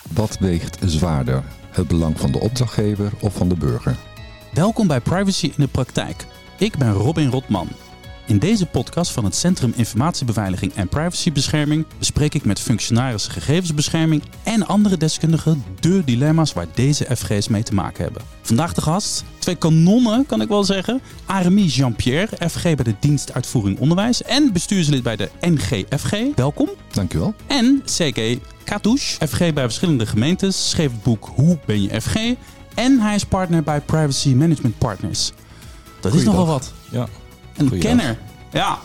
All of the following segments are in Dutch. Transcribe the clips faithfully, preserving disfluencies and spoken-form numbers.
Wat weegt zwaarder? Het belang van de opdrachtgever of van de burger? Welkom bij Privacy in de Praktijk. Ik ben Robin Rotman. In deze podcast van het Centrum Informatiebeveiliging en Privacybescherming bespreek ik met functionarissen gegevensbescherming en andere deskundigen de dilemma's waar deze F G's mee te maken hebben. Vandaag de gast, twee kanonnen kan ik wel zeggen. Aremi Jean-Pierre, F G bij de Dienst Uitvoering Onderwijs en bestuurslid bij de N G F G. Welkom. Dankjewel. En C K Katouche, F G bij verschillende gemeentes, schreef het boek Hoe ben je F G? En hij is partner bij Privacy Management Partners. Dat is nogal wat. Ja. Een Goeiedag. kenner. Ja.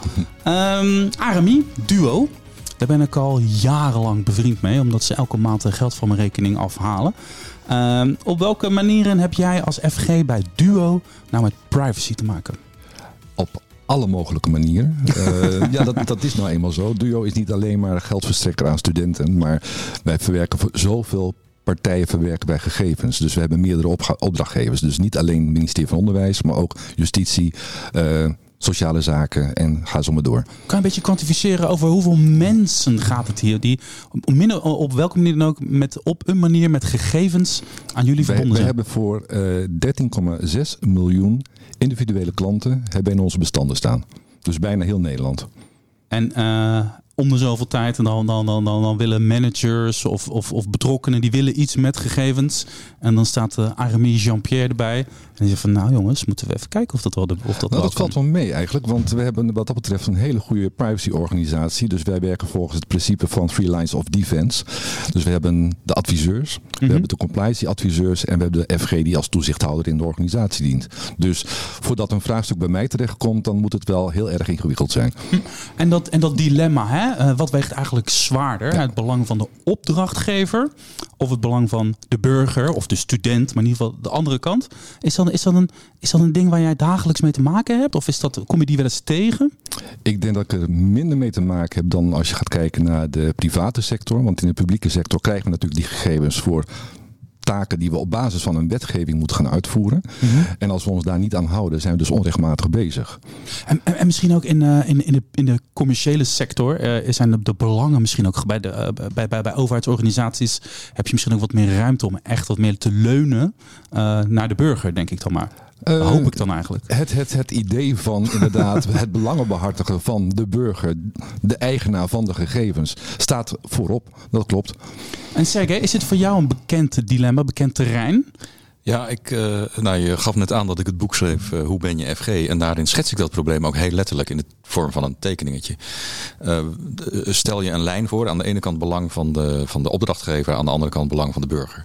Um, Aremi, Duo. Daar ben ik al jarenlang bevriend mee. Omdat ze elke maand geld van mijn rekening afhalen. Um, op welke manieren heb jij als F G bij Duo nou met privacy te maken? Op alle mogelijke manieren. uh, ja, dat, dat is nou eenmaal zo. Duo is niet alleen maar geldverstrekker aan studenten. Maar wij verwerken voor zoveel partijen verwerken wij gegevens. Dus we hebben meerdere opga- opdrachtgevers. Dus niet alleen het ministerie van Onderwijs, maar ook justitie, uh, sociale zaken en ga zo maar door. Kan je een beetje kwantificeren over hoeveel mensen gaat het hier? Die op, minder, op welke manier dan ook met, op een manier met gegevens aan jullie wij, verbonden zijn? We hebben voor uh, dertien komma zes miljoen individuele klanten hebben in onze bestanden staan. Dus bijna heel Nederland. En uh, om de zoveel tijd en dan, dan, dan, dan, dan willen managers of, of, of betrokkenen die willen iets met gegevens. En dan staat de Aremi Jean-Pierre erbij. En die zegt van nou jongens, moeten we even kijken of dat wel de, of dat Nou, wel dat valt wel mee eigenlijk, want we hebben wat dat betreft een hele goede privacy-organisatie. Dus wij werken volgens het principe van Three Lines of Defense. Dus we hebben de adviseurs, mm-hmm. we hebben de compliance-adviseurs en we hebben de F G die als toezichthouder in de organisatie dient. Dus voordat een vraagstuk bij mij terechtkomt, dan moet het wel heel erg ingewikkeld zijn. En dat, en dat dilemma, hè? Uh, wat weegt eigenlijk zwaarder? Ja. Het belang van de opdrachtgever of het belang van de burger of de student, maar in ieder geval de andere kant. Is dat, is dat, een, is dat een ding waar jij dagelijks mee te maken hebt? Of is dat, kom je die wel eens tegen? Ik denk dat ik er minder mee te maken heb dan als je gaat kijken naar de private sector. Want in de publieke sector krijgen we natuurlijk die gegevens voor taken die we op basis van een wetgeving moeten gaan uitvoeren. Mm-hmm. En als we ons daar niet aan houden, zijn we dus onrechtmatig bezig. En, en, en misschien ook in, uh, in, in, de, in de commerciële sector uh, zijn de, de belangen misschien ook bij, de, uh, bij, bij, bij overheidsorganisaties heb je misschien ook wat meer ruimte om echt wat meer te leunen uh, naar de burger, denk ik dan maar. Dat uh, hoop ik dan eigenlijk. Het, het, het idee van inderdaad het belangenbehartigen van de burger, de eigenaar van de gegevens, staat voorop. Dat klopt. En Sergej, is dit voor jou een bekend dilemma, bekend terrein? Ja, ik, uh, nou, je gaf net aan dat ik het boek schreef, uh, Hoe ben je F G? En daarin schets ik dat probleem ook heel letterlijk in de vorm van een tekeningetje. Uh, stel je een lijn voor, aan de ene kant belang van de, van de opdrachtgever, aan de andere kant belang van de burger.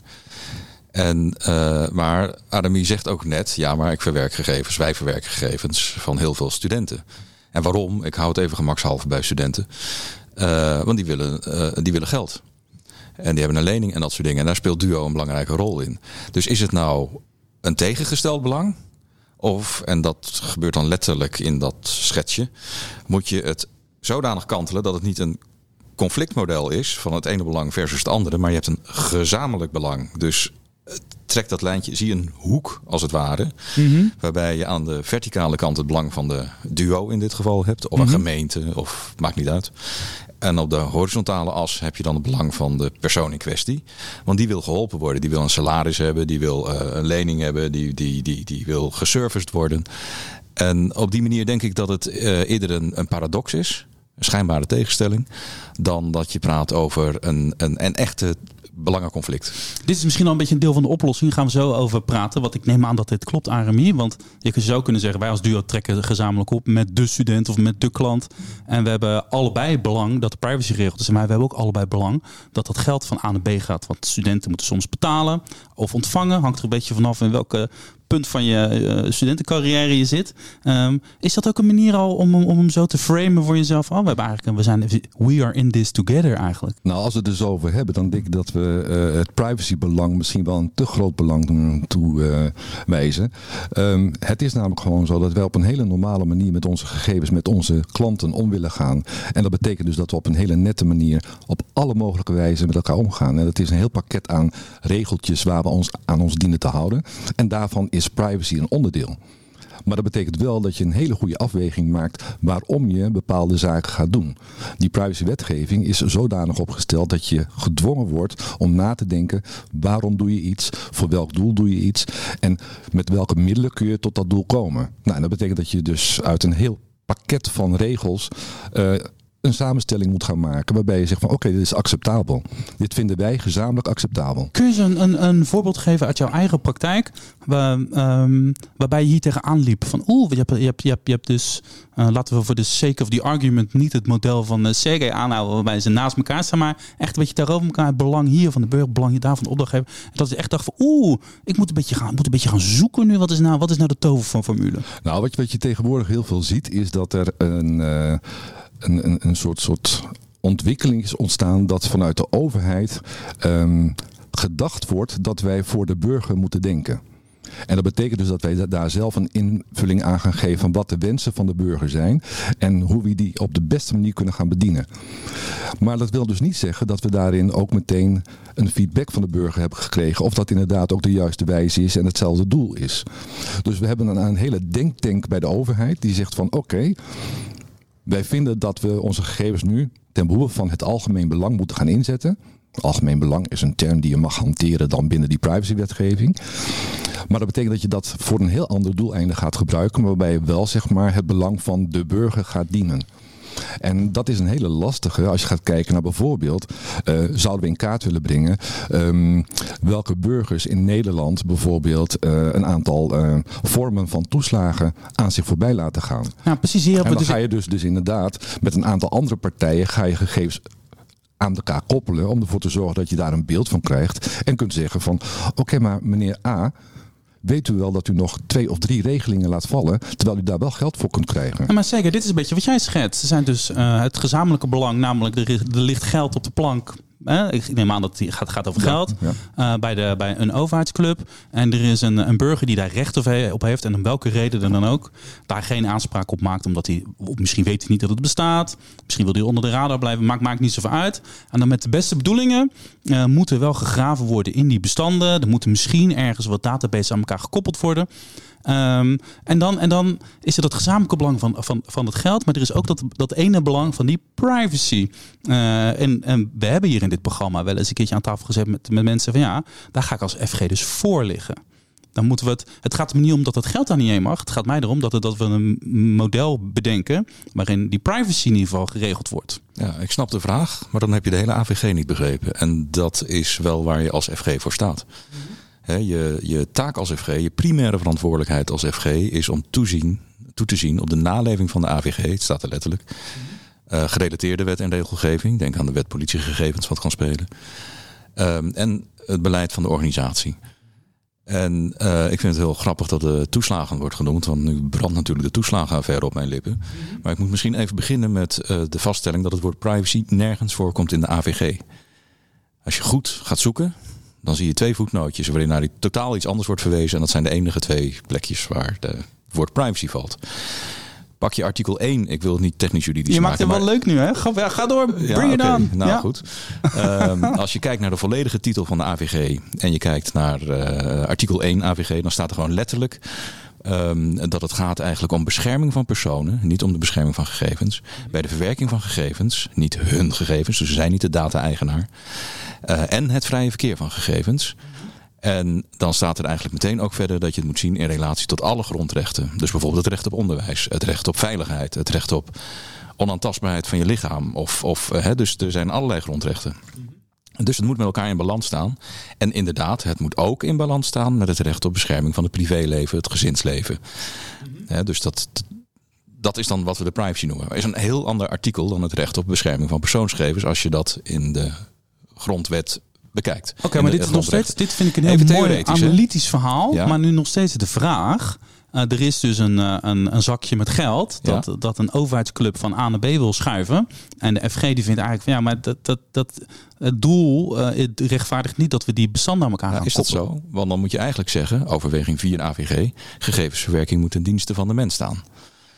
En, uh, maar Aremi zegt ook net, ja, maar ik verwerk gegevens, wij verwerken gegevens van heel veel studenten. En waarom? Ik hou het even gemakshalve bij studenten. Uh, want die willen, uh, die willen geld. En die hebben een lening en dat soort dingen. En daar speelt Duo een belangrijke rol in. Dus is het nou een tegengesteld belang? Of, en dat gebeurt dan letterlijk in dat schetsje, moet je het zodanig kantelen dat het niet een conflictmodel is van het ene belang versus het andere, maar je hebt een gezamenlijk belang. Dus trek dat lijntje, zie een hoek als het ware, mm-hmm. waarbij je aan de verticale kant het belang van de Duo in dit geval hebt, of mm-hmm. een gemeente, of maakt niet uit. En op de horizontale as heb je dan het belang van de persoon in kwestie. Want die wil geholpen worden. Die wil een salaris hebben. Die wil uh, een lening hebben. Die, die, die, die wil geserviced worden. En op die manier denk ik dat het uh, eerder een, een paradox is. Een schijnbare tegenstelling. Dan dat je praat over een, een, een echte belangenconflict. Dit is misschien al een beetje een deel van de oplossing. Daar gaan we zo over praten. Want ik neem aan dat dit klopt, Aremi. Want je zou kunnen zeggen, wij als Duo trekken gezamenlijk op met de student of met de klant. En we hebben allebei belang dat de privacy geregeld is. Maar we hebben ook allebei belang dat dat geld van A naar B gaat. Want studenten moeten soms betalen of ontvangen. Hangt er een beetje vanaf in welke punt van je uh, studentencarrière je zit. Um, is dat ook een manier al om, om hem zo te framen voor jezelf? Oh, we hebben eigenlijk, we zijn, we are in this together eigenlijk. Nou, als we het er zo over hebben, dan denk ik dat we uh, het privacybelang misschien wel een te groot belang toewijzen. Uh, um, het is namelijk gewoon zo dat wij op een hele normale manier met onze gegevens, met onze klanten om willen gaan. En dat betekent dus dat we op een hele nette manier op alle mogelijke wijze met elkaar omgaan. En dat is een heel pakket aan regeltjes waar we ons aan ons dienen te houden. En daarvan is privacy een onderdeel. Maar dat betekent wel dat je een hele goede afweging maakt waarom je bepaalde zaken gaat doen. Die privacywetgeving is zodanig opgesteld dat je gedwongen wordt om na te denken waarom doe je iets, voor welk doel doe je iets en met welke middelen kun je tot dat doel komen. Nou, en dat betekent dat je dus uit een heel pakket van regels uh, een samenstelling moet gaan maken waarbij je zegt van oké, okay, dit is acceptabel. Dit vinden wij gezamenlijk acceptabel. Kun je eens een, een, een voorbeeld geven uit jouw eigen praktijk waar, um, waarbij je hier tegenaan liep? Van oeh, je hebt, je hebt, je hebt, je hebt dus, uh, laten we voor de sake of the argument niet het model van uh, Sergej aanhouden waarbij ze naast elkaar staan, maar echt een beetje tegenover elkaar, het belang hier van de burger, belang hier daar van de opdrachtgever. En dat je echt dacht van oeh, ik moet een beetje gaan, moet een beetje gaan zoeken nu. Wat is nou, wat is nou de tover van formule? Nou, wat je, wat je tegenwoordig heel veel ziet is dat er een... Uh, Een, een, een soort, soort ontwikkeling is ontstaan dat vanuit de overheid um, gedacht wordt dat wij voor de burger moeten denken. En dat betekent dus dat wij daar zelf een invulling aan gaan geven van wat de wensen van de burger zijn en hoe we die op de beste manier kunnen gaan bedienen. Maar dat wil dus niet zeggen dat we daarin ook meteen een feedback van de burger hebben gekregen of dat inderdaad ook de juiste wijze is en hetzelfde doel is. Dus we hebben een, een hele denktank bij de overheid die zegt van oké, okay, wij vinden dat we onze gegevens nu ten behoeve van het algemeen belang moeten gaan inzetten. Algemeen belang is een term die je mag hanteren dan binnen die privacywetgeving. Maar dat betekent dat je dat voor een heel ander doeleinde gaat gebruiken, waarbij je wel zeg maar het belang van de burger gaat dienen. En dat is een hele lastige als je gaat kijken naar bijvoorbeeld, uh, zouden we in kaart willen brengen um, welke burgers in Nederland bijvoorbeeld uh, een aantal uh, vormen van toeslagen aan zich voorbij laten gaan. Nou, precies hier en dan dus ga je dus, dus inderdaad met een aantal andere partijen ga je gegevens aan elkaar koppelen om ervoor te zorgen dat je daar een beeld van krijgt en kunt zeggen van oké, okay, maar meneer A, weet u wel dat u nog twee of drie regelingen laat vallen, terwijl u daar wel geld voor kunt krijgen. Ja, maar zeker, dit is een beetje wat jij schetst. Er zijn dus uh, het gezamenlijke belang, namelijk er, er ligt geld op de plank. Eh, ik neem aan dat het gaat, gaat over geld ja, ja. Uh, bij, de, bij een overheidsclub. En er is een, een burger die daar recht op heeft en om welke reden dan ook daar geen aanspraak op maakt, omdat hij, of misschien weet hij niet dat het bestaat. Misschien wil hij onder de radar blijven, maakt, maakt niet zoveel uit. En dan met de beste bedoelingen uh, moet er wel gegraven worden in die bestanden. Er moeten misschien ergens wat databases aan elkaar gekoppeld worden. Um, en, dan, en dan is er dat gezamenlijke belang van, van, van het geld. Maar er is ook dat, dat ene belang van die privacy. Uh, en, en we hebben hier in dit programma wel eens een keertje aan tafel gezet met, met mensen van ja, daar ga ik als F G dus voor liggen. Dan moeten we het. Het gaat er niet om dat het geld daar niet heen mag. Het gaat mij erom dat, het, dat we een model bedenken waarin die privacy in ieder geval geregeld wordt. Ja, ik snap de vraag, maar dan heb je de hele A V G niet begrepen. En dat is wel waar je als F G voor staat. Mm-hmm. He, je, je taak als F G, je primaire verantwoordelijkheid als F G is om toezien, toe te zien op de naleving van de A V G. Het staat er letterlijk. Uh, gerelateerde wet en regelgeving. Denk aan de wet politiegegevens wat kan spelen. Um, en het beleid van de organisatie. En uh, ik vind het heel grappig dat de toeslagen wordt genoemd. Want nu brandt natuurlijk de toeslagenaffaire op mijn lippen. Mm-hmm. Maar ik moet misschien even beginnen met uh, de vaststelling dat het woord privacy nergens voorkomt in de A V G. Als je goed gaat zoeken, dan zie je twee voetnootjes waarin naar die totaal iets anders wordt verwezen. En dat zijn de enige twee plekjes waar de, het woord privacy valt. Pak je artikel één. Ik wil het niet technisch juridisch je maken. Je maakt het wel leuk nu, hè? Ga, ga door, bring ja, it okay. on. Nou ja. goed. Um, als je kijkt naar de volledige titel van de A V G en je kijkt naar uh, artikel één A V G, dan staat er gewoon letterlijk um, dat het gaat eigenlijk om bescherming van personen, niet om de bescherming van gegevens. Bij de verwerking van gegevens, niet hun gegevens, dus ze zijn niet de data-eigenaar. Uh, en het vrije verkeer van gegevens. En dan staat er eigenlijk meteen ook verder dat je het moet zien in relatie tot alle grondrechten. Dus bijvoorbeeld het recht op onderwijs, het recht op veiligheid, het recht op onaantastbaarheid van je lichaam. Of, of, hè, dus er zijn allerlei grondrechten. Dus het moet met elkaar in balans staan. En inderdaad, het moet ook in balans staan met het recht op bescherming van het privéleven, het gezinsleven. Hè, dus dat, dat is dan wat we de privacy noemen. Er is een heel ander artikel dan het recht op bescherming van persoonsgegevens als je dat in de grondwet bekijkt. Oké, okay, maar dit, is nog steeds, dit vind ik een heel mooi analytisch hè? verhaal. Ja? Maar nu nog steeds de vraag. Uh, er is dus een, uh, een, een zakje met geld dat, ja? dat een overheidsclub van A naar B wil schuiven. En de F G die vindt eigenlijk van ja, maar dat, dat, dat, het doel uh, het rechtvaardigt niet dat we die bestanden aan elkaar ja, gaan is koppelen. Is dat zo? Want dan moet je eigenlijk zeggen, overweging vier A V G, gegevensverwerking moet ten dienste van de mens staan.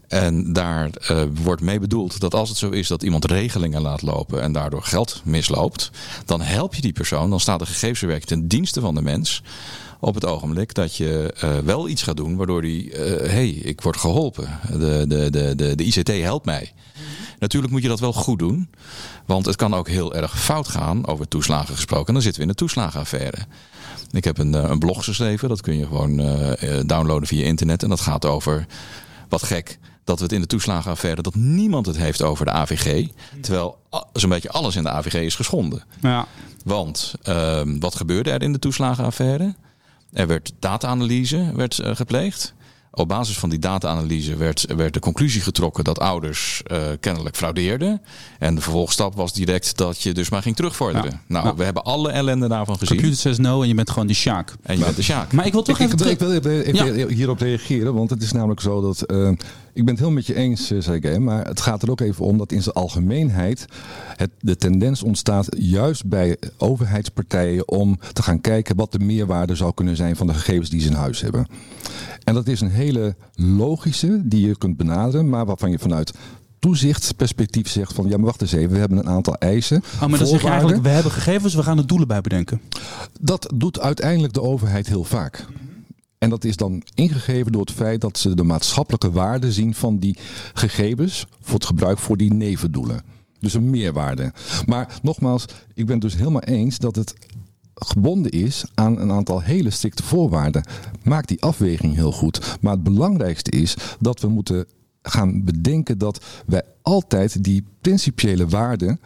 En daar uh, wordt mee bedoeld dat als het zo is dat iemand regelingen laat lopen en daardoor geld misloopt, dan help je die persoon, dan staat de gegevensverwerking ten dienste van de mens op het ogenblik dat je uh, wel iets gaat doen waardoor die, hé, uh, hey, ik word geholpen. De, de, de, de, de I C T helpt mij. Mm-hmm. Natuurlijk moet je dat wel goed doen, want het kan ook heel erg fout gaan, over toeslagen gesproken. En dan zitten we in de toeslagenaffaire. Ik heb een, een blog geschreven, dat kun je gewoon uh, downloaden via internet. En dat gaat over, wat gek, dat we het in de toeslagenaffaire, dat niemand het heeft over de A V G. Terwijl zo'n beetje alles in de A V G is geschonden. Ja. Want uh, wat gebeurde er in de toeslagenaffaire? Er werd data-analyse werd, uh, gepleegd. Op basis van die data-analyse werd, werd de conclusie getrokken dat ouders uh, kennelijk fraudeerden. En de vervolgstap was direct dat je dus maar ging terugvorderen. Ja. Nou, ja. We hebben alle ellende daarvan gezien. Computer says no en je bent gewoon de Sjaak. En je maar, bent de Sjaak. Maar ik wil toch ik, even... Ik, ik wil even, even ja. hierop reageren, want het is namelijk zo dat... Uh, ik ben het heel met je eens, uh, Sergej, maar het gaat er ook even om dat in zijn algemeenheid het, de tendens ontstaat juist bij overheidspartijen om te gaan kijken wat de meerwaarde zou kunnen zijn van de gegevens die ze in huis hebben. En dat is een hele logische die je kunt benaderen, maar waarvan je vanuit toezichtsperspectief zegt van ja, maar wacht eens even, we hebben een aantal eisen. Oh, maar dan zeg je eigenlijk, we hebben gegevens, we gaan er doelen bij bedenken. Dat doet uiteindelijk de overheid heel vaak. En dat is dan ingegeven door het feit dat ze de maatschappelijke waarde zien van die gegevens voor het gebruik voor die nevendoelen. Dus een meerwaarde. Maar nogmaals, ik ben het dus helemaal eens dat het gebonden is aan een aantal hele strikte voorwaarden. Maak die afweging heel goed. Maar het belangrijkste is dat we moeten gaan bedenken dat wij altijd die principiële waarden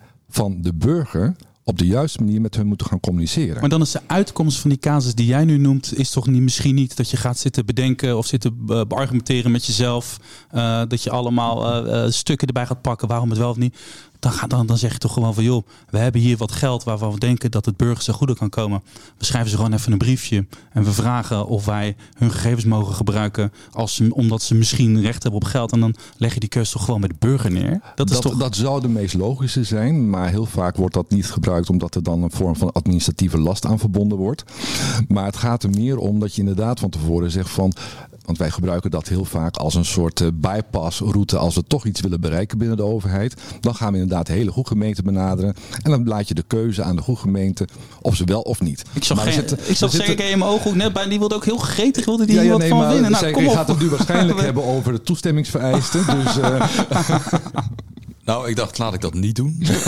van de burger op de juiste manier met hun moeten gaan communiceren. Maar dan is de uitkomst van die casus die jij nu noemt, is toch niet, misschien niet dat je gaat zitten bedenken of zitten uh, beargumenteren met jezelf. Uh, dat je allemaal uh, uh, stukken erbij gaat pakken, waarom het wel of niet. Dan, ga, dan, dan zeg je toch gewoon van joh, we hebben hier wat geld waarvan we denken dat het burgers ten goede kan komen. We schrijven ze gewoon even een briefje en we vragen of wij hun gegevens mogen gebruiken als ze, omdat ze misschien recht hebben op geld. En dan leg je die keuze toch gewoon bij de burger neer. Dat, is dat, toch... dat zou de meest logische zijn, maar heel vaak wordt dat niet gebruikt omdat er dan een vorm van administratieve last aan verbonden wordt. Maar het gaat er meer om dat je inderdaad van tevoren zegt van, want wij gebruiken dat heel vaak als een soort bypassroute als we toch iets willen bereiken binnen de overheid. Dan gaan we inderdaad de hele goede gemeente benaderen. En dan laat je de keuze aan de goede gemeente of ze wel of niet. Ik zag, geen, zitten, ik zag zeker in mijn ogen net bij, die wilde ook heel gretig, wilde die ja, ja, wat nee, van maar winnen. Nou, zeker, je gaat het nu waarschijnlijk hebben over de toestemmingsvereisten. Dus... Uh, Nou, ik dacht, laat ik dat niet doen. Nee,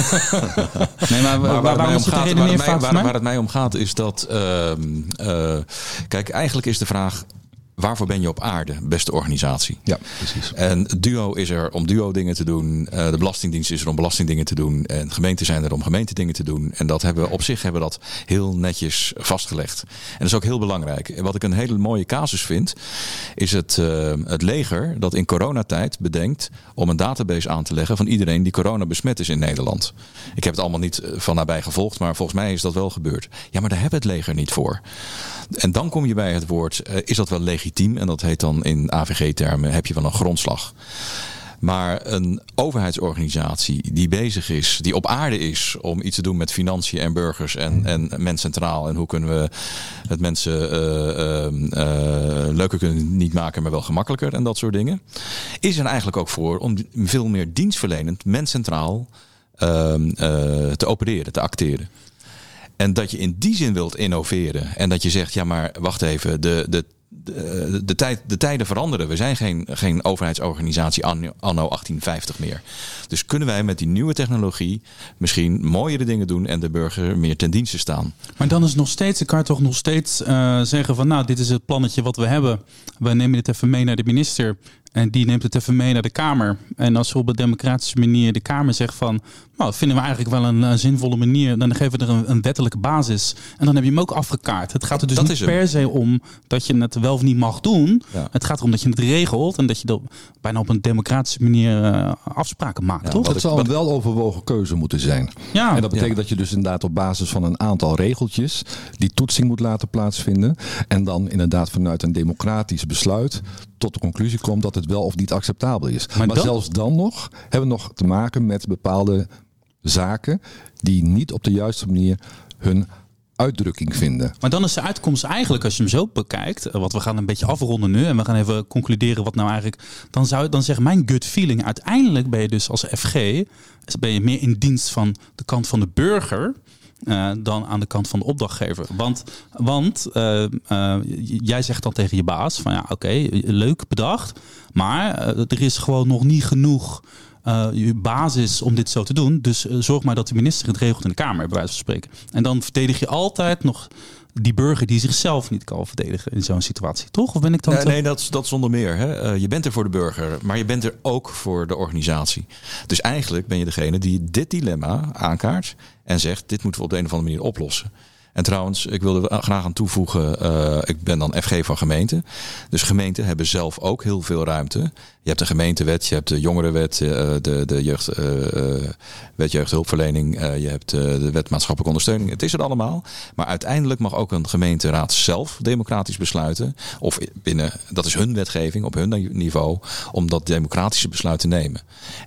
maar, maar waar, waarom zit de redenering waar, waar, waar het mij om gaat is dat... Uh, uh, kijk, eigenlijk is de vraag... Waarvoor ben je op aarde, beste organisatie? Ja, precies. En Duo is er om Duo dingen te doen. Uh, de Belastingdienst is er om belastingdingen te doen. En gemeenten zijn er om gemeentedingen te doen. En dat hebben we op zich hebben we dat heel netjes vastgelegd. En dat is ook heel belangrijk. En wat ik een hele mooie casus vind, is het, uh, het leger dat in coronatijd bedenkt om een database aan te leggen van iedereen die corona besmet is in Nederland. Ik heb het allemaal niet van nabij gevolgd, maar volgens mij is dat wel gebeurd. Ja, maar daar hebben we het leger niet voor. En dan kom je bij het woord, uh, is dat wel legitiem? En dat heet dan in A V G-termen, heb je wel een grondslag. Maar een overheidsorganisatie die bezig is, die op aarde is om iets te doen met financiën en burgers en, en mens centraal. En hoe kunnen we het mensen uh, uh, uh, leuker kunnen niet maken, maar wel gemakkelijker en dat soort dingen. Is er eigenlijk ook voor om veel meer dienstverlenend, mens centraal uh, uh, te opereren, te acteren. En dat je in die zin wilt innoveren. En dat je zegt, ja maar wacht even, de, de, de, de, tijd, de tijden veranderen. We zijn geen, geen overheidsorganisatie anno, anno achttien vijftig meer. Dus kunnen wij met die nieuwe technologie misschien mooiere dingen doen en de burger meer ten dienste staan. Maar dan is nog steeds, ik kan toch nog steeds uh, zeggen van nou, dit is het plannetje wat we hebben. We nemen dit even mee naar de minister. En die neemt het even mee naar de Kamer. En als we op een democratische manier de Kamer zegt van... nou, dat vinden we eigenlijk wel een, een zinvolle manier... dan geven we er een, een wettelijke basis. En dan heb je hem ook afgekaart. Het gaat er dus dat niet per se om dat je het wel of niet mag doen. Ja. Het gaat erom dat je het regelt... en dat je er bijna op een democratische manier uh, afspraken maakt, ja, toch? Het zou een wel overwogen keuze moeten zijn. Ja. En dat betekent ja. dat je dus inderdaad op basis van een aantal regeltjes... die toetsing moet laten plaatsvinden. En dan inderdaad vanuit een democratisch besluit... tot de conclusie komt dat het wel of niet acceptabel is. Maar, maar dan... zelfs dan nog hebben we nog te maken met bepaalde zaken die niet op de juiste manier hun uitdrukking vinden. Maar dan is de uitkomst eigenlijk, als je hem zo bekijkt, want we gaan een beetje afronden nu en we gaan even concluderen wat nou eigenlijk, dan zou dan zegt mijn gut feeling, uiteindelijk ben je dus als F G, ben je meer in dienst van de kant van de burger uh, dan aan de kant van de opdrachtgever. Want, want uh, uh, jij zegt dan tegen je baas van ja, oké, okay, leuk bedacht, maar uh, er is gewoon nog niet genoeg Uh, je basis om dit zo te doen. Dus uh, zorg maar dat de minister het regelt in de Kamer, bij wijze van spreken. En dan verdedig je altijd nog die burger die zichzelf niet kan verdedigen in zo'n situatie. Toch? Of ben ik dan Nee, te... nee dat, dat zonder meer. Hè. Uh, je bent er voor de burger, maar je bent er ook voor de organisatie. Dus eigenlijk ben je degene die dit dilemma aankaart en zegt, dit moeten we op de een of andere manier oplossen. En trouwens, ik wilde er graag aan toevoegen, uh, ik ben dan F G van gemeenten. Dus gemeenten hebben zelf ook heel veel ruimte. Je hebt de gemeentewet, je hebt de jongerenwet, uh, de, de jeugd, uh, wet jeugdhulpverlening, uh, je hebt uh, de wet maatschappelijke ondersteuning. Het is er allemaal. Maar uiteindelijk mag ook een gemeenteraad zelf democratisch besluiten. Of binnen, dat is hun wetgeving op hun niveau, om dat democratische besluit te nemen.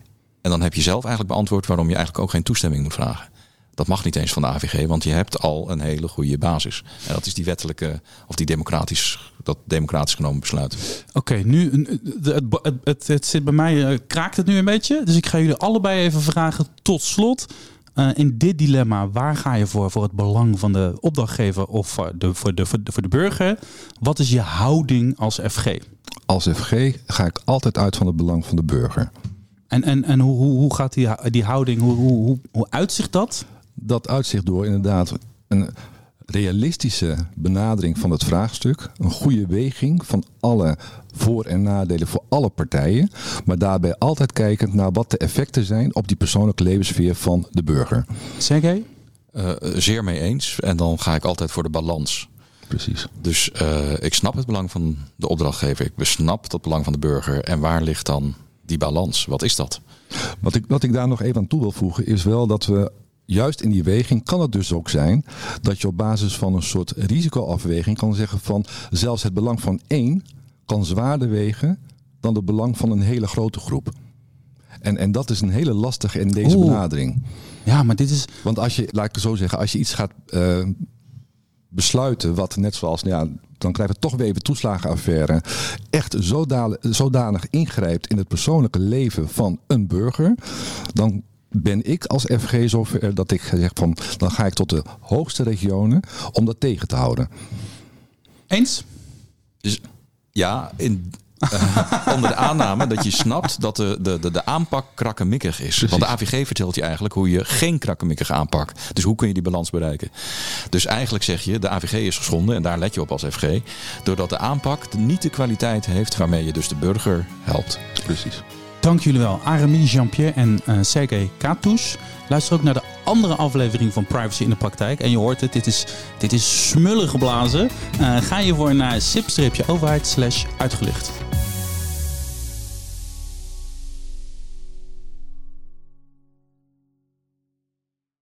En dan heb je zelf eigenlijk beantwoord waarom je eigenlijk ook geen toestemming moet vragen. Dat mag niet eens van de A V G, want je hebt al een hele goede basis. En dat is die wettelijke, of die democratisch, dat democratisch genomen besluit. Oké, okay, nu het, het, het, het zit bij mij, uh, kraakt het nu een beetje. Dus ik ga jullie allebei even vragen tot slot. Uh, in dit dilemma, waar ga je voor? Voor het belang van de opdrachtgever of voor de, voor de, voor de, voor de burger? Wat is je houding als F G? Als F G ga ik altijd uit van het belang van de burger. En, en, en hoe, hoe, hoe gaat die, die houding, hoe, hoe, hoe, hoe uitzicht dat? Dat uitzicht door inderdaad een realistische benadering van het vraagstuk. Een goede weging van alle voor- en nadelen voor alle partijen. Maar daarbij altijd kijkend naar wat de effecten zijn op die persoonlijke levenssfeer van de burger. Sergej? Uh, zeer mee eens. En dan ga ik altijd voor de balans. Precies. Dus uh, ik snap het belang van de opdrachtgever. Ik besnap het belang van de burger. En waar ligt dan die balans? Wat is dat? Wat ik, wat ik daar nog even aan toe wil voegen is wel dat we juist in die weging kan het dus ook zijn dat je op basis van een soort risicoafweging kan zeggen van zelfs het belang van één kan zwaarder wegen dan het belang van een hele grote groep. En, en dat is een hele lastige in deze Oeh. benadering. Ja, maar dit is... Want als je, laat ik het zo zeggen, als je iets gaat uh, besluiten wat net zoals, nou ja, dan krijgen we toch weer even toeslagenaffaire, echt zodanig, zodanig ingrijpt in het persoonlijke leven van een burger, dan ben ik als F G zover dat ik zeg van, dan ga ik tot de hoogste regionen om dat tegen te houden. Eens? Dus ja, in, uh, onder de aanname dat je snapt dat de, de, de, de aanpak krakkemikkig is. Precies. Want de A V G vertelt je eigenlijk hoe je geen krakkemikkig aanpakt. Dus hoe kun je die balans bereiken? Dus eigenlijk zeg je, de A V G is geschonden en daar let je op als F G. Doordat de aanpak niet de kwaliteit heeft waarmee je dus de burger helpt. Precies. Dank jullie wel, Arami Jean-Pierre en uh, Sergej Katouche. Luister ook naar de andere aflevering van Privacy in de Praktijk. En je hoort het, dit is, dit is smullen geblazen. Uh, ga hiervoor naar sip-overheid slash uitgelicht.